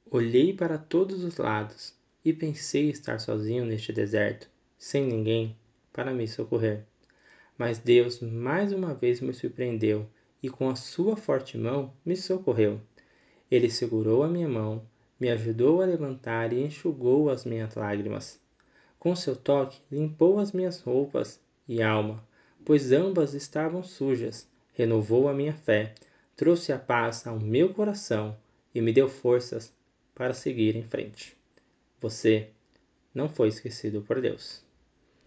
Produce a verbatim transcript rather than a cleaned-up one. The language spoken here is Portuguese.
Olhei para todos os lados e pensei estar sozinho neste deserto, sem ninguém para me socorrer. Mas Deus mais uma vez me surpreendeu e com a sua forte mão me socorreu. Ele segurou a minha mão, me ajudou a levantar e enxugou as minhas lágrimas. Com seu toque, limpou as minhas roupas e alma, pois ambas estavam sujas. Renovou a minha fé, trouxe a paz ao meu coração e me deu forças para seguir em frente. Você não foi esquecido por Deus.